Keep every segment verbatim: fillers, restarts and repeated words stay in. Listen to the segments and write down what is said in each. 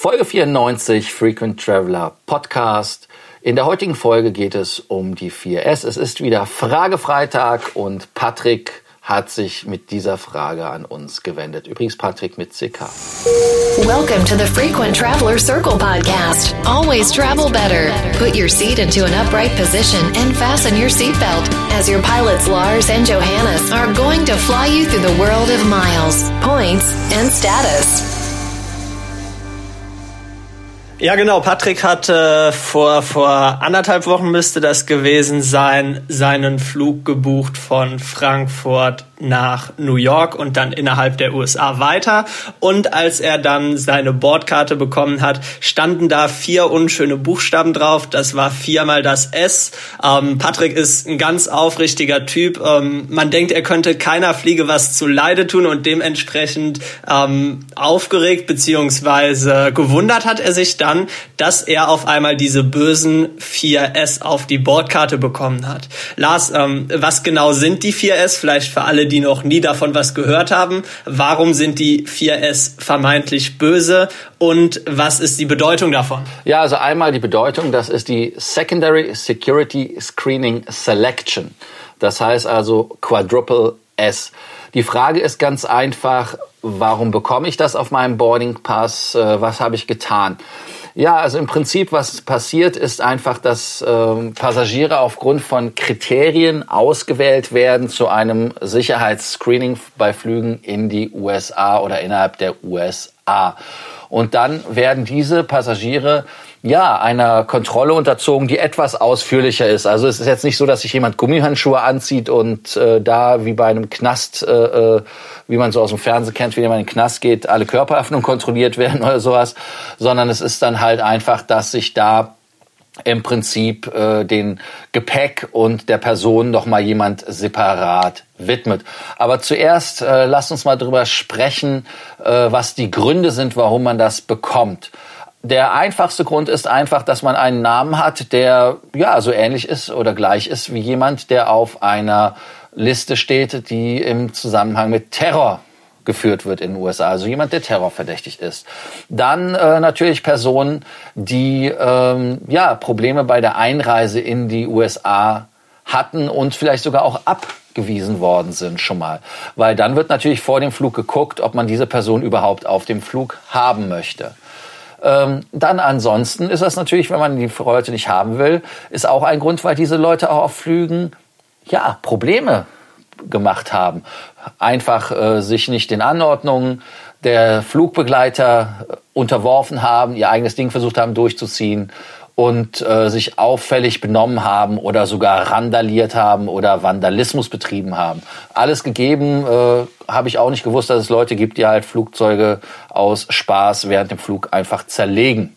Folge vierundneunzig, Frequent Traveler Podcast. In der heutigen Folge geht es um die vier S. Es ist wieder Fragefreitag und Patrick hat sich mit dieser Frage an uns gewendet. Übrigens Patrick mit C K. Welcome to the Frequent Traveler Circle Podcast. Always travel better. Put your seat into an upright position and fasten your seatbelt as your pilots Lars and Johannes are going to fly you through the world of miles, points and status. Ja, genau. Patrick hat äh, vor vor anderthalb Wochen müsste das gewesen sein, seinen Flug gebucht von Frankfurt nach New York und dann innerhalb der U S A weiter. Und als er dann seine Bordkarte bekommen hat, standen da vier unschöne Buchstaben drauf. Das war viermal das S. Ähm, Patrick ist ein ganz aufrichtiger Typ. Ähm, man denkt, er könnte keiner Fliege was zu Leide tun und dementsprechend ähm, aufgeregt bzw. gewundert hat er sich dann, dass er auf einmal diese bösen vier S auf die Bordkarte bekommen hat. Lars, ähm, was genau sind die vier S? Vielleicht für alle, die noch nie davon was gehört haben. Warum sind die vier S vermeintlich böse und was ist die Bedeutung davon? Ja, also einmal die Bedeutung, das ist die Secondary Security Screening Selection. Das heißt also Quadruple S. Die Frage ist ganz einfach, warum bekomme ich das auf meinem Boarding Pass? Was habe ich getan? Ja, also im Prinzip, was passiert, ist einfach, dass ähm, Passagiere aufgrund von Kriterien ausgewählt werden zu einem Sicherheitsscreening bei Flügen in die U S A oder innerhalb der U S A. Und dann werden diese Passagiere ja einer Kontrolle unterzogen, die etwas ausführlicher ist. Also es ist jetzt nicht so, dass sich jemand Gummihandschuhe anzieht und äh, da wie bei einem Knast, äh, wie man so aus dem Fernsehen kennt, wenn man in den Knast geht, alle Körperöffnungen kontrolliert werden oder sowas, sondern es ist dann halt einfach, dass sich da im Prinzip äh, den Gepäck und der Person noch mal jemand separat widmet. Aber zuerst äh, lasst uns mal drüber sprechen, äh, was die Gründe sind, warum man das bekommt. Der einfachste Grund ist einfach, dass man einen Namen hat, der ja so ähnlich ist oder gleich ist wie jemand, der auf einer Liste steht, die im Zusammenhang mit Terror geführt wird in den U S A, also jemand, der terrorverdächtig ist. Dann äh, natürlich Personen, die ähm, ja Probleme bei der Einreise in die U S A hatten und vielleicht sogar auch abgewiesen worden sind schon mal. Weil dann wird natürlich vor dem Flug geguckt, ob man diese Person überhaupt auf dem Flug haben möchte. Ähm, dann ansonsten ist das natürlich, wenn man die Leute nicht haben will, ist auch ein Grund, weil diese Leute auch auf Flügen ja Probleme gemacht haben. Einfach äh, sich nicht den Anordnungen der Flugbegleiter äh, unterworfen haben, ihr eigenes Ding versucht haben durchzuziehen und äh, sich auffällig benommen haben oder sogar randaliert haben oder Vandalismus betrieben haben. Alles gegeben, äh, habe ich auch nicht gewusst, dass es Leute gibt, die halt Flugzeuge aus Spaß während dem Flug einfach zerlegen.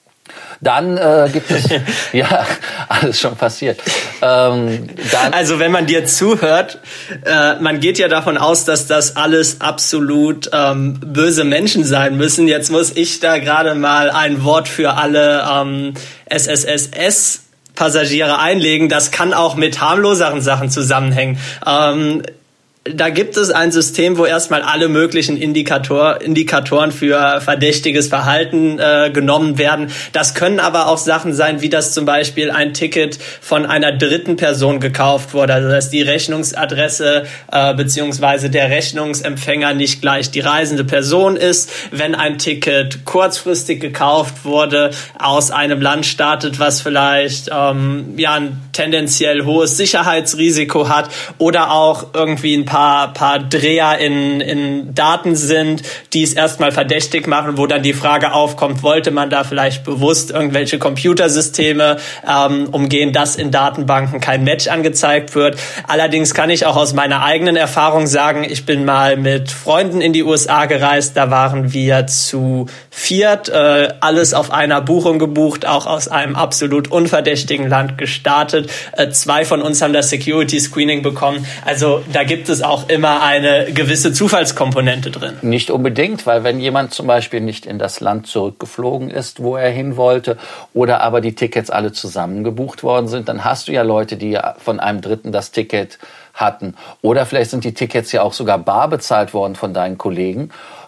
Dann äh, gibt es, ja, alles schon passiert. Ähm, dann also wenn man dir zuhört, äh, man geht ja davon aus, dass das alles absolut ähm, böse Menschen sein müssen. Jetzt muss ich da gerade mal ein Wort für alle ähm, S S S S Passagiere einlegen. Das kann auch mit harmloseren Sachen zusammenhängen. Ähm, Da gibt es ein System, wo erstmal alle möglichen Indikator, Indikatoren für verdächtiges Verhalten äh, genommen werden. Das können aber auch Sachen sein, wie dass zum Beispiel ein Ticket von einer dritten Person gekauft wurde. Also dass die Rechnungsadresse äh, beziehungsweise der Rechnungsempfänger nicht gleich die reisende Person ist. Wenn ein Ticket kurzfristig gekauft wurde, aus einem Land startet, was vielleicht ähm, ja ein tendenziell hohes Sicherheitsrisiko hat oder auch irgendwie ein paar Paar, paar Dreher in, in Daten sind, die es erstmal verdächtig machen, wo dann die Frage aufkommt, wollte man da vielleicht bewusst irgendwelche Computersysteme ähm, umgehen, dass in Datenbanken kein Match angezeigt wird. Allerdings kann ich auch aus meiner eigenen Erfahrung sagen, ich bin mal mit Freunden in die U S A gereist, da waren wir zu viert, äh, alles auf einer Buchung gebucht, auch aus einem absolut unverdächtigen Land gestartet. Äh, zwei von uns haben das Security Screening bekommen. Also da gibt es auch immer eine gewisse Zufallskomponente drin. Nicht unbedingt, weil wenn jemand zum Beispiel nicht in das Land zurückgeflogen ist, wo er hin wollte, oder aber die Tickets alle zusammen gebucht worden sind, dann hast du ja Leute, die von einem Dritten das Ticket hatten. Oder vielleicht sind die Tickets ja auch sogar bar bezahlt worden von deinen Kollegen.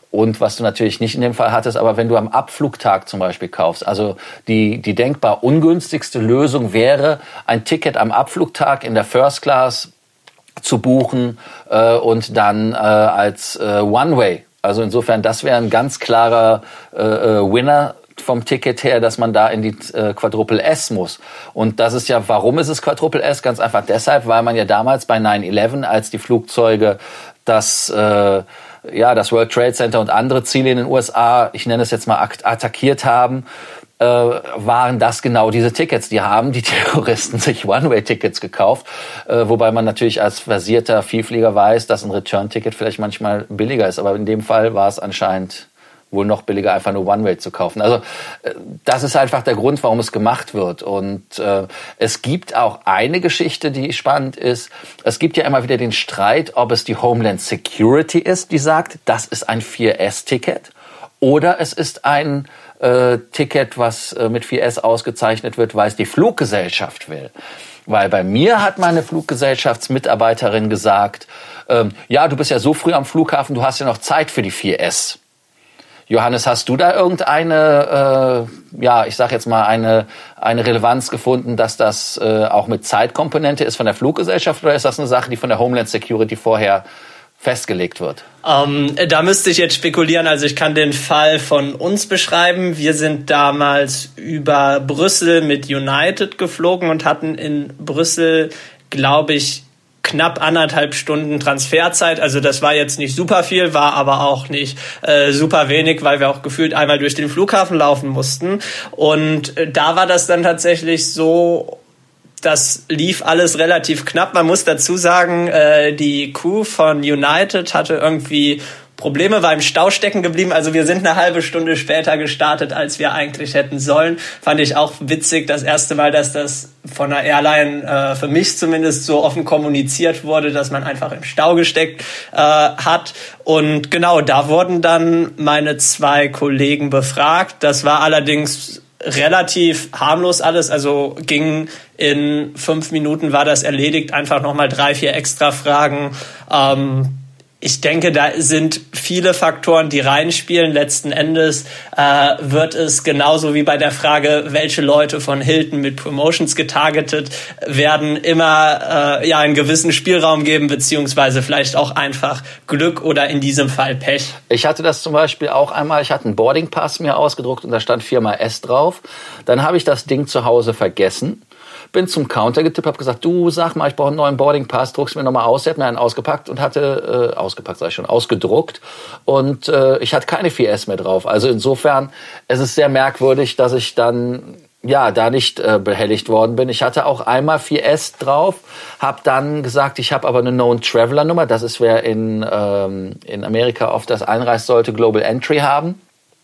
Und was du natürlich nicht in dem Fall hattest, aber wenn du am Abflugtag zum Beispiel kaufst, also die, die denkbar ungünstigste Lösung wäre, ein Ticket am Abflugtag in der First Class zu buchen äh, und dann äh, als äh, One-Way. Also insofern, das wäre ein ganz klarer äh, Winner vom Ticket her, dass man da in die äh, Quadruple S muss. Und das ist ja, warum ist es Quadruple S? Ganz einfach deshalb, weil man ja damals bei nine eleven, als die Flugzeuge das äh, ja das World Trade Center und andere Ziele in den U S A, ich nenne es jetzt mal attackiert haben, äh, waren das genau diese Tickets. Die haben die Terroristen sich One-Way-Tickets gekauft, äh, wobei man natürlich als versierter Vielflieger weiß, dass ein Return-Ticket vielleicht manchmal billiger ist. Aber in dem Fall war es anscheinend wohl noch billiger, einfach nur One-Way zu kaufen. Also äh, das ist einfach der Grund, warum es gemacht wird. Und äh, es gibt auch eine Geschichte, die spannend ist. Es gibt ja immer wieder den Streit, ob es die Homeland Security ist, die sagt, das ist ein vier S-Ticket, oder es ist ein äh, Ticket, was äh, mit vier S ausgezeichnet wird, weil es die Fluggesellschaft will. Weil bei mir hat meine Fluggesellschaftsmitarbeiterin gesagt, ähm, ja, du bist ja so früh am Flughafen, du hast ja noch Zeit für die vier S. Johannes, hast du da irgendeine, äh, ja, ich sag jetzt mal, eine, eine Relevanz gefunden, dass das äh, auch mit Zeitkomponente ist von der Fluggesellschaft, oder ist das eine Sache, die von der Homeland Security vorher festgelegt wird? Ähm, da müsste ich jetzt spekulieren. Also ich kann den Fall von uns beschreiben. Wir sind damals über Brüssel mit United geflogen und hatten in Brüssel, glaube ich, knapp anderthalb Stunden Transferzeit. Also das war jetzt nicht super viel, war aber auch nicht äh, super wenig, weil wir auch gefühlt einmal durch den Flughafen laufen mussten. Und äh, da war das dann tatsächlich so, das lief alles relativ knapp. Man muss dazu sagen, äh, die Crew von United hatte irgendwie Probleme, war im Stau stecken geblieben. Also wir sind eine halbe Stunde später gestartet, als wir eigentlich hätten sollen. Fand ich auch witzig, das erste Mal, dass das von einer Airline, äh, für mich zumindest, so offen kommuniziert wurde, dass man einfach im Stau gesteckt äh, hat. Und genau, da wurden dann meine zwei Kollegen befragt. Das war allerdings relativ harmlos alles, also ging in fünf Minuten, war das erledigt, einfach nochmal drei, vier extra Fragen. Ähm, Ich denke, da sind viele Faktoren, die reinspielen. Letzten Endes äh, wird es genauso wie bei der Frage, welche Leute von Hilton mit Promotions getargetet werden, immer äh, ja einen gewissen Spielraum geben, beziehungsweise vielleicht auch einfach Glück oder in diesem Fall Pech. Ich hatte das zum Beispiel auch einmal, ich hatte einen Boarding Pass mir ausgedruckt und da stand Firma S drauf. Dann habe ich das Ding zu Hause vergessen. Bin zum Counter getippt, habe gesagt, du, sag mal, ich brauche einen neuen Boarding Pass, druck's mir nochmal aus. Er hat mir einen ausgepackt und hatte, äh, ausgepackt sag ich schon, ausgedruckt. Und äh, ich hatte keine vier S mehr drauf. Also insofern, es ist sehr merkwürdig, dass ich dann, ja, da nicht äh, behelligt worden bin. Ich hatte auch einmal vier S drauf, habe dann gesagt, ich habe aber eine Known-Traveler-Nummer. Das ist, wer in, ähm, in Amerika oft das einreist, sollte Global Entry haben.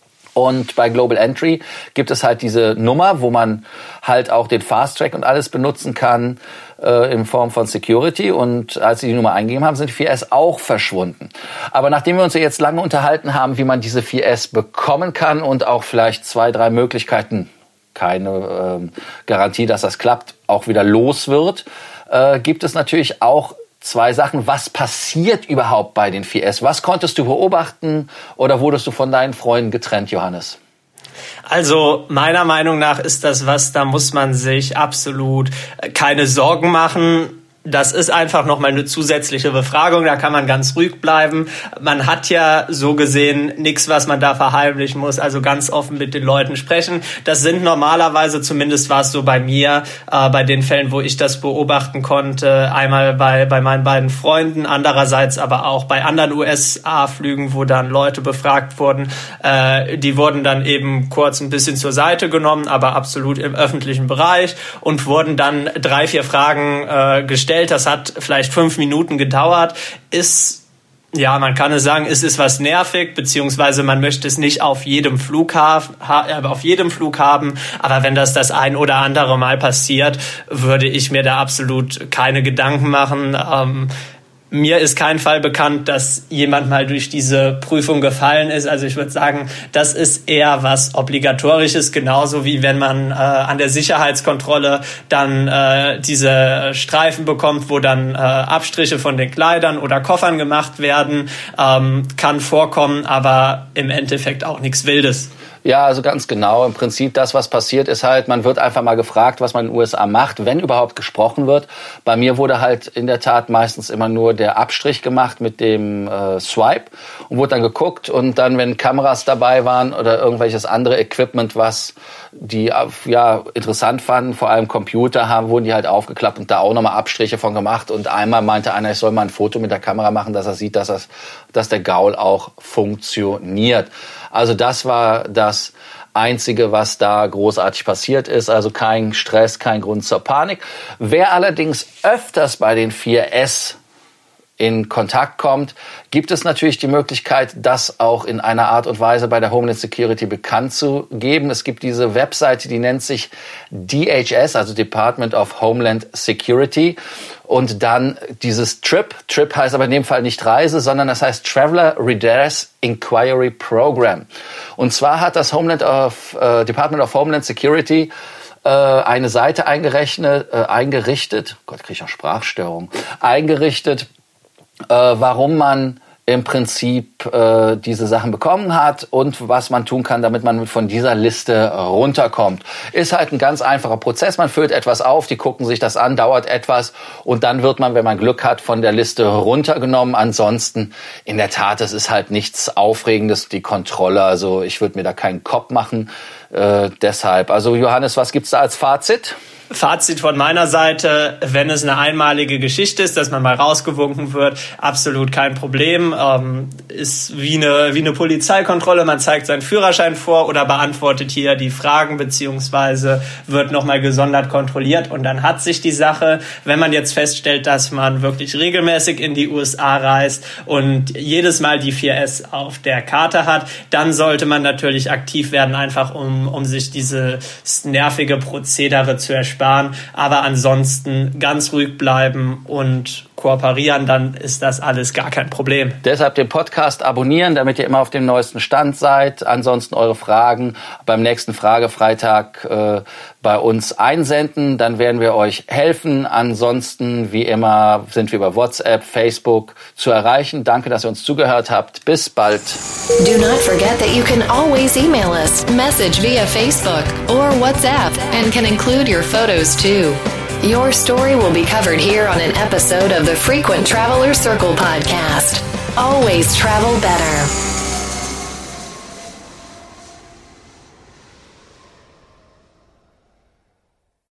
Und bei Global Entry gibt es halt diese Nummer, wo man halt auch den Fast Track und alles benutzen kann äh, in Form von Security. Und als sie die Nummer eingegeben haben, sind die vier S auch verschwunden. Aber nachdem wir uns ja jetzt lange unterhalten haben, wie man diese vier S bekommen kann und auch vielleicht zwei, drei Möglichkeiten, keine äh, Garantie, dass das klappt, auch wieder los wird, äh, gibt es natürlich auch zwei Sachen. Was passiert überhaupt bei den vier S? Was konntest du beobachten oder wurdest du von deinen Freunden getrennt, Johannes? Also meiner Meinung nach ist das was, da muss man sich absolut keine Sorgen machen. Das ist einfach nochmal eine zusätzliche Befragung, da kann man ganz ruhig bleiben. Man hat ja so gesehen nichts, was man da verheimlichen muss, also ganz offen mit den Leuten sprechen. Das sind normalerweise, zumindest war es so bei mir, äh, bei den Fällen, wo ich das beobachten konnte, einmal bei, bei meinen beiden Freunden, andererseits aber auch bei anderen U S A-Flügen, wo dann Leute befragt wurden. Äh, die wurden dann eben kurz ein bisschen zur Seite genommen, aber absolut im öffentlichen Bereich und wurden dann drei, vier Fragen äh, gestellt. Das hat vielleicht fünf Minuten gedauert. Ist, ja, man kann es sagen, es ist was nervig, beziehungsweise man möchte es nicht auf jedem Flughafen, auf jedem Flug haben. Aber wenn das das ein oder andere Mal passiert, würde ich mir da absolut keine Gedanken machen. Ähm, Mir ist kein Fall bekannt, dass jemand mal durch diese Prüfung gefallen ist. Also ich würde sagen, das ist eher was Obligatorisches, genauso wie wenn man äh, an der Sicherheitskontrolle dann äh, diese Streifen bekommt, wo dann äh, Abstriche von den Kleidern oder Koffern gemacht werden. Ähm, kann vorkommen, aber im Endeffekt auch nichts Wildes. Ja, also ganz genau. Im Prinzip das, was passiert, ist halt, man wird einfach mal gefragt, was man in den U S A macht, wenn überhaupt gesprochen wird. Bei mir wurde halt in der Tat meistens immer nur der Abstrich gemacht mit dem äh, Swipe und wurde dann geguckt und dann, wenn Kameras dabei waren oder irgendwelches andere Equipment, was die ja interessant fanden, vor allem Computer haben, wurden die halt aufgeklappt und da auch nochmal Abstriche von gemacht. Und einmal meinte einer, ich soll mal ein Foto mit der Kamera machen, dass er sieht, dass, das, dass der Gaul auch funktioniert. Also das war das Einzige, was da großartig passiert ist. Also kein Stress, kein Grund zur Panik. Wer allerdings öfters bei den vier S in Kontakt kommt, gibt es natürlich die Möglichkeit, das auch in einer Art und Weise bei der Homeland Security bekannt zu geben. Es gibt diese Webseite, die nennt sich D H S, also Department of Homeland Security. Und dann dieses T R I P. T R I P heißt aber in dem Fall nicht Reise, sondern das heißt Traveler Redress Inquiry Program. Und zwar hat das Homeland of, äh, Department of Homeland Security äh, eine Seite eingerechnet, äh, eingerichtet, Gott, kriege ich auch Sprachstörung, eingerichtet, Äh, warum man im Prinzip äh, diese Sachen bekommen hat und was man tun kann, damit man von dieser Liste runterkommt. Ist halt ein ganz einfacher Prozess. Man füllt etwas auf, die gucken sich das an, dauert etwas und dann wird man, wenn man Glück hat, von der Liste runtergenommen. Ansonsten, in der Tat, es ist halt nichts Aufregendes, die Kontrolle. Also ich würde mir da keinen Kopf machen. Äh, deshalb, also Johannes, was gibt's da als Fazit? Fazit von meiner Seite, wenn es eine einmalige Geschichte ist, dass man mal rausgewunken wird, absolut kein Problem. Ähm, ist wie eine, wie eine Polizeikontrolle, man zeigt seinen Führerschein vor oder beantwortet hier die Fragen, beziehungsweise wird nochmal gesondert kontrolliert und dann hat sich die Sache. Wenn man jetzt feststellt, dass man wirklich regelmäßig in die U S A reist und jedes Mal die vier S auf der Karte hat, dann sollte man natürlich aktiv werden, einfach um, um sich dieses nervige Prozedere zu ersparen. Aber ansonsten ganz ruhig bleiben und kooperieren, dann ist das alles gar kein Problem. Deshalb den Podcast abonnieren, damit ihr immer auf dem neuesten Stand seid. Ansonsten eure Fragen beim nächsten Fragefreitag äh, bei uns einsenden, dann werden wir euch helfen. Ansonsten, wie immer, sind wir über WhatsApp, Facebook zu erreichen. Danke, dass ihr uns zugehört habt. Bis bald. Do not forget that you can always email us, message via Facebook or WhatsApp, and can include your photos too. Your story will be covered here on an episode of the Frequent Traveler Circle podcast. Always travel better.